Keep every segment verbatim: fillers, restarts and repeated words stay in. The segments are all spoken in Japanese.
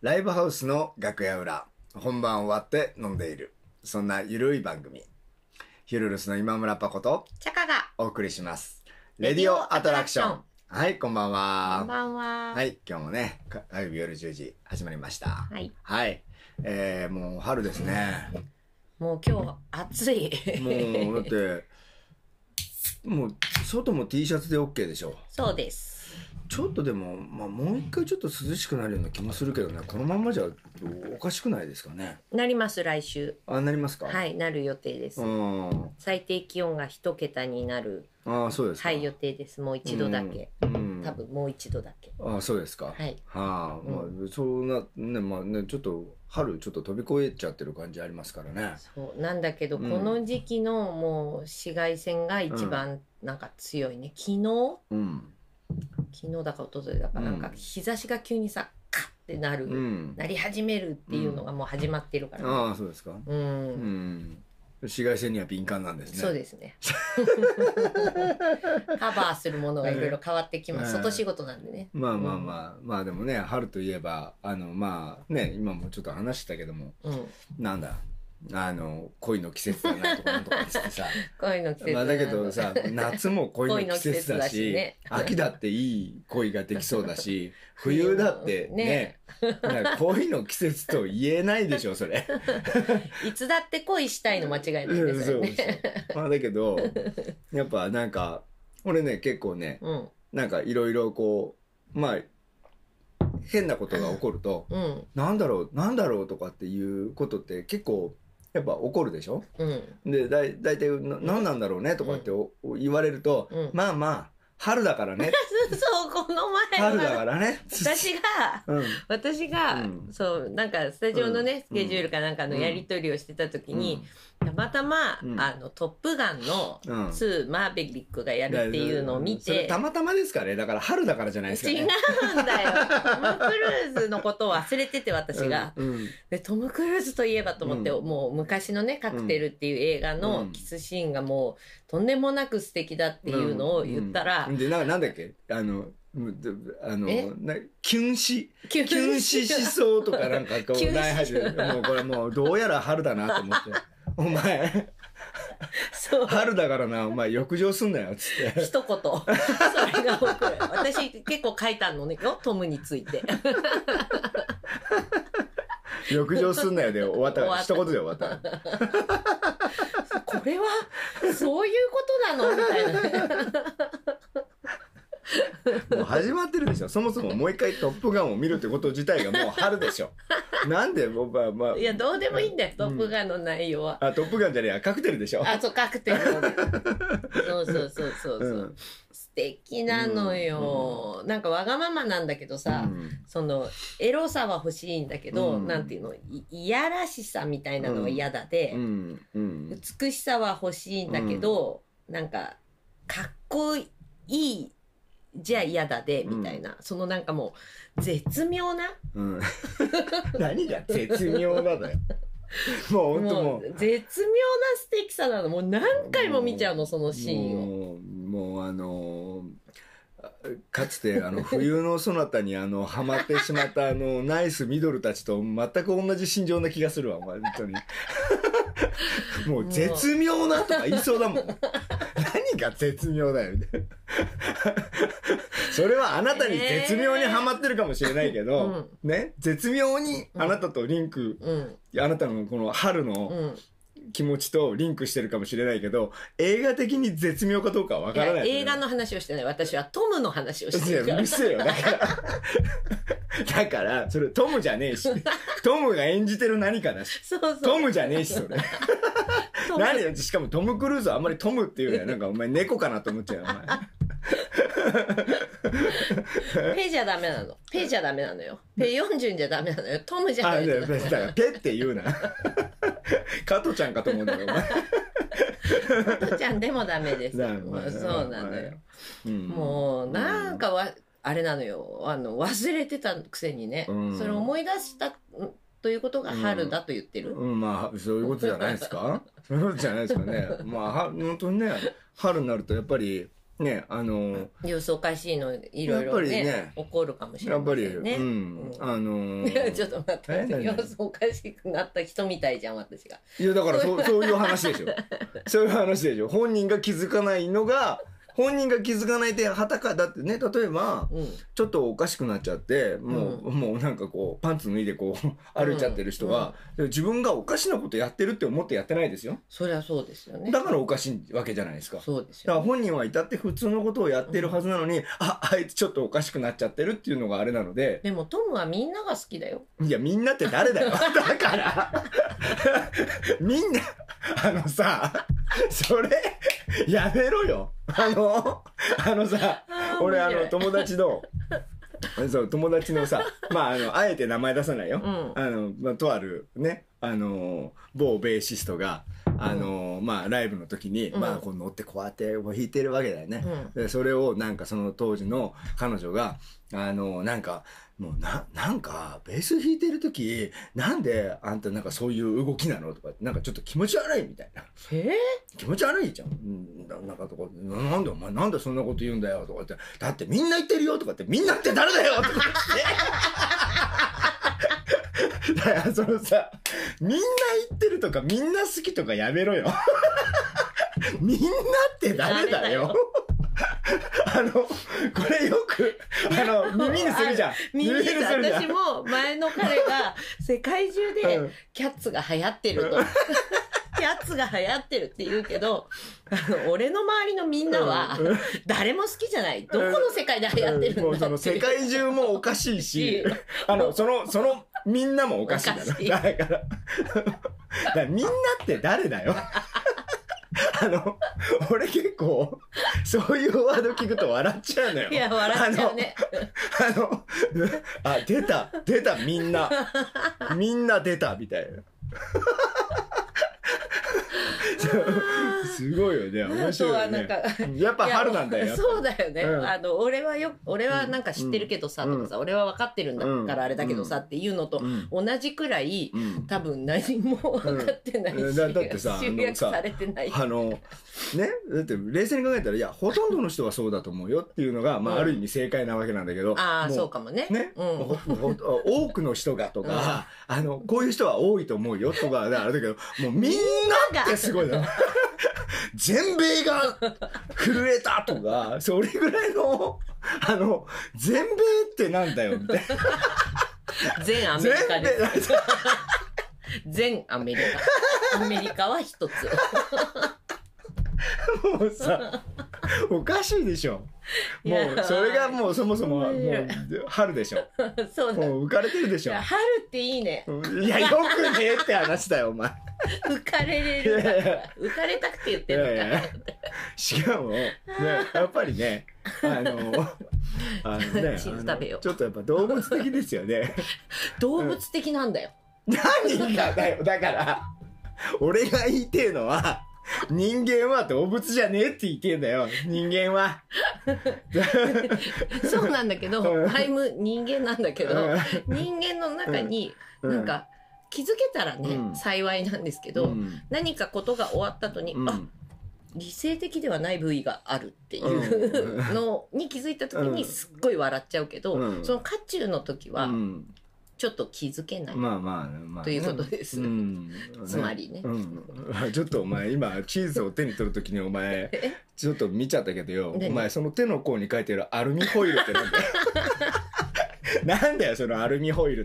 ライブハウスの楽屋裏、本番終わって飲んでいる、そんなゆるい番組、ヒルルスの今村パコとチャカがお送りします。レディオアトラクション。はい、こんばんは。 こんばんは。 はい、今日もね、火曜日夜じゅうじ始まりました。 はい。 はい。えー、もう春ですね。 もう今日暑い。 もうだって、もう外も T シャツで OK でしょ。 そうです。 ちょっとでも、まあ、もう一回ちょっと涼しくなるような気もするけどね、このまんまじゃおかしくないですかね。 なります、来週。 あ、なりますか。 はい、なる予定です。 うん、 最低気温が一桁になる。 ああ、そうですか。 はい、予定です。もう一度だけ。 うん、 多分もう一度だけ。 ああ、そうですか。 はい。 はあ、 うん、 まあ、そんな、ね、まあね、ちょっと、春ちょっと飛び越えちゃってる感じありますからね。 そうなんだけど、 うん、 この時期のもう紫外線が一番なんか強いね。昨日、 うん、 昨日だか一昨日だかなんか日差しが急にさカッってなる、うん、なり始めるっていうのがもう始まってるから、ね、 ああ、そうですか。うん、うん、紫外線には敏感なんですね。 そうですね。カバーするものがいろいろ変わってきます。外仕事なんでね。 まあまあまあ、うん、まあでもね、春といえばあのまあね、今もちょっと話したけども、うん、なんだあの恋の季節だなとかなんとかつってさ恋の季節まあだけどさ、夏も恋の季節だし、だしね、秋だっていい恋ができそうだし冬だってね、ね、なんか恋の季節と言えないでしょそれ。 いつだって恋したいの間違いないですよね。そうそう、まあだけどやっぱなんか俺ね結構ね、うん、なんかいろいろこうまあ変なことが起こると、うん、なんだろうなんだろうとかっていうことって結構やっぱ怒るでしょ、うん、でだい大体な何なんだろうねとかって言われると、うん、まあまあ春だからね。 そう、この前春だからね。 私が、うん、私が、うん、そう、なんかスタジオのね、うん、スケジュールかなんかのやり取りをしてた時に、うん、たまたま、うん、あの、トップガンのツー、マーベリックがやるっていうのを見て。それたまたまですかね。だから春だからじゃないですかね。 違うんだよ。トム・クルーズのことを忘れてて、私が、うんうん。で、トム・クルーズといえばと思って、うん、もう昔のね、カクテルっていう映画のキスシーンがもう、とんでもなく素敵だっていうのを言ったら、 でな、なんだっけあの、あの、なキュンシ、キュンシ思想とかなんかこう、ないはず。もうこれもうどうやら春だなと思って。お前、そう春だからな、お前浴場すんなよ、つって。 一言。それが僕、私結構書いたのねよ、トムについて。 浴場すんなよで終わったから、一言で終わった。 これは、そういうことなのみたいな。 もう始まってるでしょ。そもそももう一回トップガンを見るってこと自体がもう春でしょ。なんでもうまあまあ。 いや、どうでもいいんだよ、トップガンの内容は。 あ、トップガンじゃねえや、カクテルでしょ。 あ、そう、カクテル。そうそうそうそう。うん、素敵なのよ、うん。なんかわがままなんだけどさ、うん、その、エロさは欲しいんだけど、うん、なんていうの、い、いやらしさみたいなのは嫌だで、うんうん、美しさは欲しいんだけど、なんか、かっこいい、じゃあ嫌だで、みたいな、うん。そのなんかもう、絶妙な、うん、 何が絶妙なだよ。もう本当もう。 絶妙な素敵さなの。もう何回も見ちゃうの、そのシーンを。 もう、もうあのー、かつてあの冬のソナタにあのハマってしまったあのナイスミドルたちと全く同じ心情な気がするわ、本当に。もう絶妙なとか言いそうだもん。何が絶妙だよみたいな。それはあなたに絶妙にハマってるかもしれないけど、えー、ね、絶妙にあなたとリンク、うん、あなたのこの春の気持ちとリンクしてるかもしれないけど、映画的に絶妙かどうかはわからない、 ね。映画の話をしてない。私はトムの話をしてるから。 うるせえよ。だから。だから、それトムじゃねえし。トムが演じてる何かだし。そうそう。トムじゃねえし、それ。何よ、しかもトム・クルーズはあんまりトムっていうよりはなんかお前猫かなと思っちゃうよ、お前。 ペじゃダメなの。ペじゃダメなのよ。ペよんじゅうじゃダメなのよ。トムじゃダメなのよ。 だからペって言うな。加トちゃんかと思うんだよ、お前。 加トちゃんでもダメです。もうそうなのよ。うん、もう、なんかわ、あれなのよ。あの、忘れてたくせにね。うん、それ思い出したということが春だと言ってる、 うんうん、まあ、そういうことじゃないですか。そういうことじゃないですかね。まあ、は本当にね、春になるとやっぱり、 ね、あの様子おかしいのいろいろね、ね起こるかもしれないですね。 やっぱり、うん、うん、あのー、 ちょっと待って、様子おかしくなった人みたいじゃん、私が。 いや、だからそう、そういう話でしょ。そういう話でしょ。本人が気づかないのが、本人が気づかないで、はたか、だってね、例えば、うん、ちょっとおかしくなっちゃって、もう、うん、もうなんかこう、パンツ脱いでこう、歩いちゃってる人が、うんうん、自分がおかしなことやってるって思ってやってないですよ。 そりゃそうですよね。 だからおかしいわけじゃないですか。 そうですよ、ね。 だから本人は至って普通のことをやってるはずなのに、うん、あ、あいつちょっとおかしくなっちゃってるっていうのがあれなので。 でもトムはみんなが好きだよ。 いや、みんなって誰だよ。だから、みんな、あのさ、それ、やめろよ。あの、あのさ、俺あの友達の、そう友達のさ、まああのあえて名前出さないよ。うん、あのまあとあるね、あの某ベーシストがあの、うん、まあライブの時に、うん、まあこう乗ってこうやって弾いてるわけだよね。うん、でそれをなんかその当時の彼女があのなんか。もうな、なんか、ベース弾いてるとき、なんであんたなんかそういう動きなのとか、なんかちょっと気持ち悪いみたいな。 えー、気持ち悪いじゃん。うん、なんかとか、なんでお前なんでそんなこと言うんだよとかって、だってみんな言ってるよとかって、みんなって誰だよとかって。だからそのさ、みんな言ってるとか、みんな好きとかやめろよ。みんなって誰だよ。あの、これよく、あの、耳にするじゃん。 耳にする。私も前の彼が世界中でキャッツが流行ってると。キャッツが流行ってるって言うけど、あの、俺の周りのみんなは、誰も好きじゃない。どこの世界で流行ってるんだって。もうその世界中もおかしいし、あの、その、その、みんなもおかしいだろ。だから、だからみんなって誰だよ。あの、俺結構、そういうワード聞くと笑っちゃうのよ。 いや、笑っちゃうね。 あの、あのあ、出た、出た、みんな。みんな出た、みたいな。すごいよね、面白いよね。やっぱ春なんだよ。 そうだよね、うん、あの俺はよ俺はなんか知ってるけどさ、うん、とかさ、俺は分かってるんだからあれだけどさ、うん、っていうのと同じくらい、うん、多分何も分かってないし、うん、だ, だってさ集約されてないし、 あのね、だって冷静に考えたら、いやほとんどの人はそうだと思うよっていうのが、まあ、ある意味正解なわけなんだけど、うん、 ああそうかもね、 ね、うん、多くの人がとか、うん、あのこういう人は多いと思うよとかあれだけど、もうみんなってすごいな。全米が震えたとか、それぐらいの、あの、全米ってなんだよ、みたいな。全アメリカです。全アメリカ。アメリカは一つ。 もうさ、おかしいでしょ。もう、それがもうそもそも、もう、春でしょ。 そうだ。 もう浮かれてるでしょ。 春っていいね。 いや、よくねえって話だよ、お前。 浮かれれるから浮かれたくて言ってるのか。いやいやしかも、ね、やっぱりね、あの、あのね、 チーズ食べよう。 ちょっとやっぱ動物的ですよね。 動物的なんだよ。 何がだよ、だから、俺が言いてえのは、人間は動物じゃねえって言ってんだよ、人間は。 そうなんだけど、タイム人間なんだけど、人間の中に、なんか、気づけたらね、うん、幸いなんですけど、うん、何かことが終わった後に、うん、あ、理性的ではない部位があるっていうのに気づいた時にすっごい笑っちゃうけど、うん、その渦中の時はちょっと気づけない、 まあまあまあ、 ということです、うん、つまりね、 うん、ちょっとお前今チーズを手に取る時にお前ちょっと見ちゃったけどよ、お前その手の甲に書いてるアルミホイルってなんだよ。なんだよそのアルミホイルって。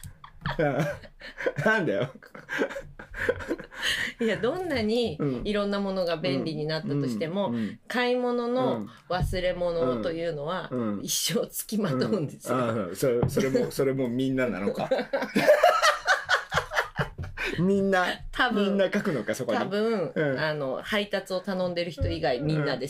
なんだよ。 いや、どんなにいろんなものが便利になったとしても、うんうん、買い物の忘れ物というのは一生つきまとうんですよ。 うんうん、それ、それもそれもみんななのか。みんな多分みんな書くのか、そこに。 多分、うん、あの配達を頼んでる人以外みんなです。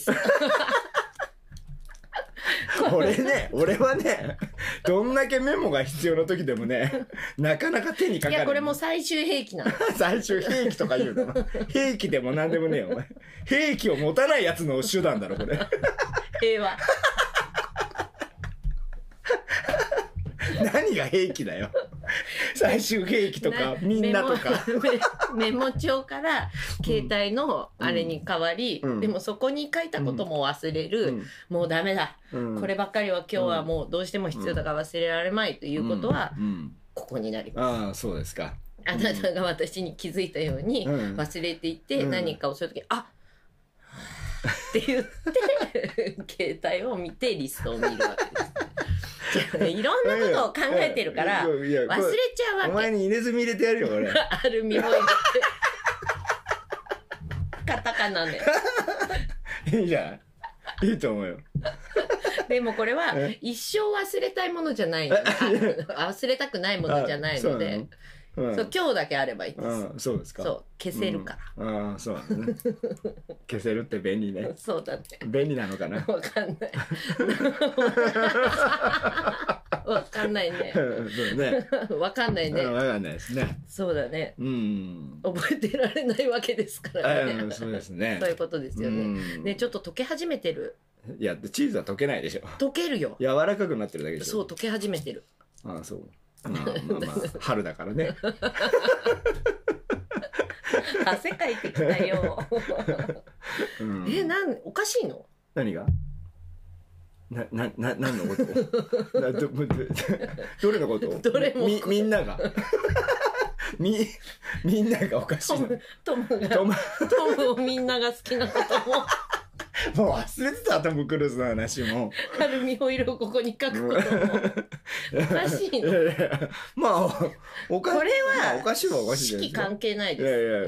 俺ね、俺はね、どんだけメモが必要な時でもね、なかなか手にかかる。 いや、これも最終兵器なの。 最終兵器とか言うの。兵器でも何でもねえよ、お前。兵器を持たないやつの手段だろ、これ。 平和。 何が兵器だよ。 最終兵器とかみんなとかメモ帳から携帯のあれに変わり、うん、でもそこに書いたことも忘れる、うん、もうダメだ、うん、こればっかりは今日はもうどうしても必要だから忘れられまいということは、うんうん、ここになります。 ああ、そうですか。 あなたが私に気づいたように忘れていて、うん、何かをするとき、あって言って携帯を見てリストを見るわけです。いろんなことを考えてるから忘れちゃうわけ。 お前に入れ墨入れてやるよ俺。 アルミホイルカタカナでいいじゃん、いいと思うよ。 でもこれは一生忘れたいものじゃないの、忘れたくないものじゃないので、うん、そう今日だけあればいいです。 ああ、そうですか。 そう消せるから。 うん、ああ、そうなんですね。消せるって便利ね。 そうだね。 便利なのかな。 わかんない。わかんないね。 そうね。 わかんないね。 わかんないですね。 そうだね。 うん。 覚えてられないわけですからね。 そうですね。 そういうことですよね。ね、ちょっと溶け始めてる。 いや、チーズは溶けないでしょ。 溶けるよ。 柔らかくなってるだけでしょ。 そう、溶け始めてる。 ああ、そう。まあまあまあ春だからね。 汗かいてきたよ。うん、え、なん、おかしいの？ 何が？な、な、な、何のこと？など、どれのこと？ どれも。 み、みんなが。み、みんながおかしいの。 トムが。トム、トムをみんなが好きなことも。 もう忘れてた、トム・クルーズの話も。 アルミホイルをここに書くことも。おかしいの。 まあ、おかしい。 これは、 おかしいはおかしいですよ。 式関係ないです。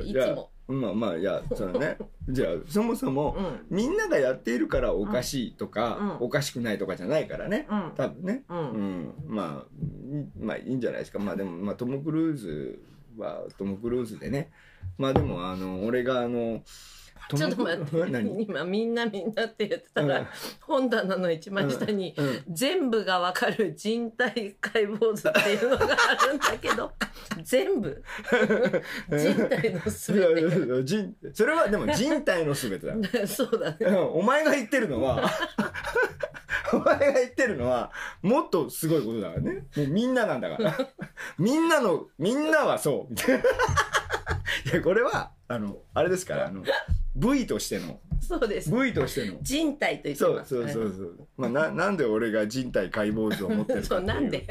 いつも。 まあまあ、いや、そうだね。じゃあ、そもそも、うん、みんながやっているからおかしいとか、うん、おかしくないとかじゃないからね。うん、多分ね。うん。うん、まあ、まあいいんじゃないですか。まあでも、まあトム・クルーズはトム・クルーズでね。まあでも、あの、俺があの、 ちょっと待って今みんなみんなって言ってたら、うん、本棚の一番下に、うんうん、全部がわかる人体解剖図っていうのがあるんだけど全部人体のすべてそれはでも人体のすべてだそうだねお前が言ってるのはお前が言ってるのはもっとすごいことだからね。もうみんななんだからみんなのみんなはそういやこれはあのあれですからあの部位としてのそうです部位としての人体と言ってます。 そうそうそうそう、まあ、な, なんで俺が人体解剖図を持ってるかっていうそうなんで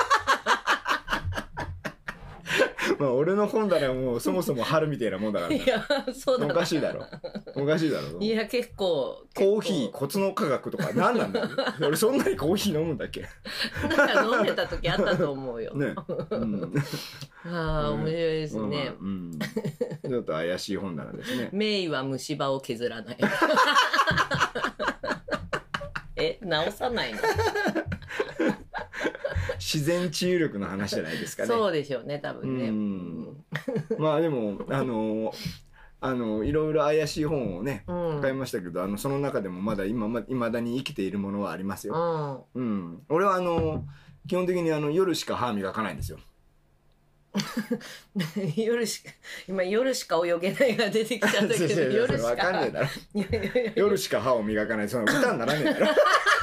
まあ俺の本棚はもうそもそも春みたいなもんだからいやそうだおかしいだろおかしいだろいや結構コーヒー骨の科学とか何なんだよ俺そんなにコーヒー飲むんだっけなんか飲んでた時あったと思うよね、うん、 ああ面白いですね、 うん、ちょっと怪しい本棚ですね。 名医は虫歯を削らないえ直さないの自然治癒力の話じゃないですかね。 そうでしょうね多分ね。 うんまあでもあのあのいろいろ怪しい本をね、うん、買いましたけどあのその中でもまだ今ま未だに生きているものはありますよ。うん、うん、俺はあの基本的にあの夜しか歯磨かないんですよ。 夜しか今夜しか泳げないが出てきちゃったけど夜しかわかんねえだろ夜しか歯を磨かないその歌にならねえだろ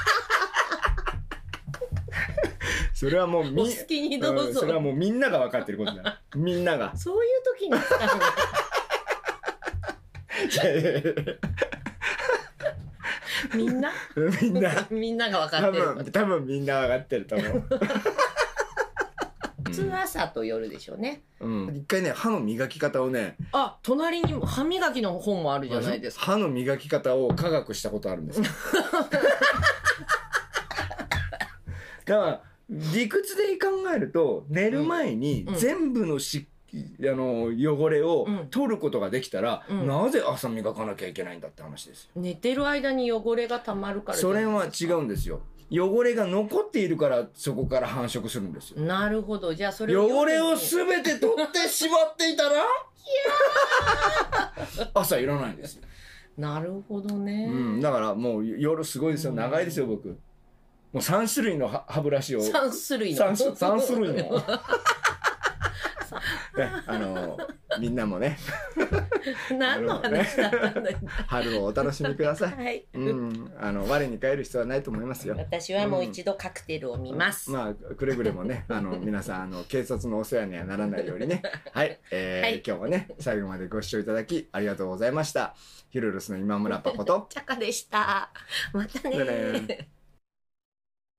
それはもうみお好きにどうぞ、 うん、それはもうみんなが分かってることだみんながそういう時に使うのみんなみんなみんなが分かってる多分多分みんな分かってると思う普通朝と夜でしょうね、 うん、一回ね歯の磨き方をねあ隣に歯磨きの本もあるじゃないですか。 歯の磨き方を科学したことあるんですよだから理屈で考えると寝る前に全部のし、うん、あの汚れを取ることができたら、うん、なぜ朝磨かなきゃいけないんだって話です。 寝てる間に汚れがたまるからそれは違うんですよ。汚れが残っているからそこから繁殖するんですよ。 なるほど。じゃあそれを汚れを全て取ってしまっていたらいや朝いらないんですよ。 なるほどね、 うん、だからもう夜すごいですよ。長いですよ僕。もうさん種類の歯ブラシをさん種類の 3, 3種類のあのみんなもね何の話だったんだよ。 春をお楽しみください。 はい。 うん、あの我に返る必要はないと思いますよ。 私はもう一度カクテルを見ます。 うん、まあくれぐれもね、あの皆さんあの警察のお世話にはならないようにね。はい、えーはい、今日はね最後までご視聴いただきありがとうございました。ヒルルスの今村パコとチャカでした。またね。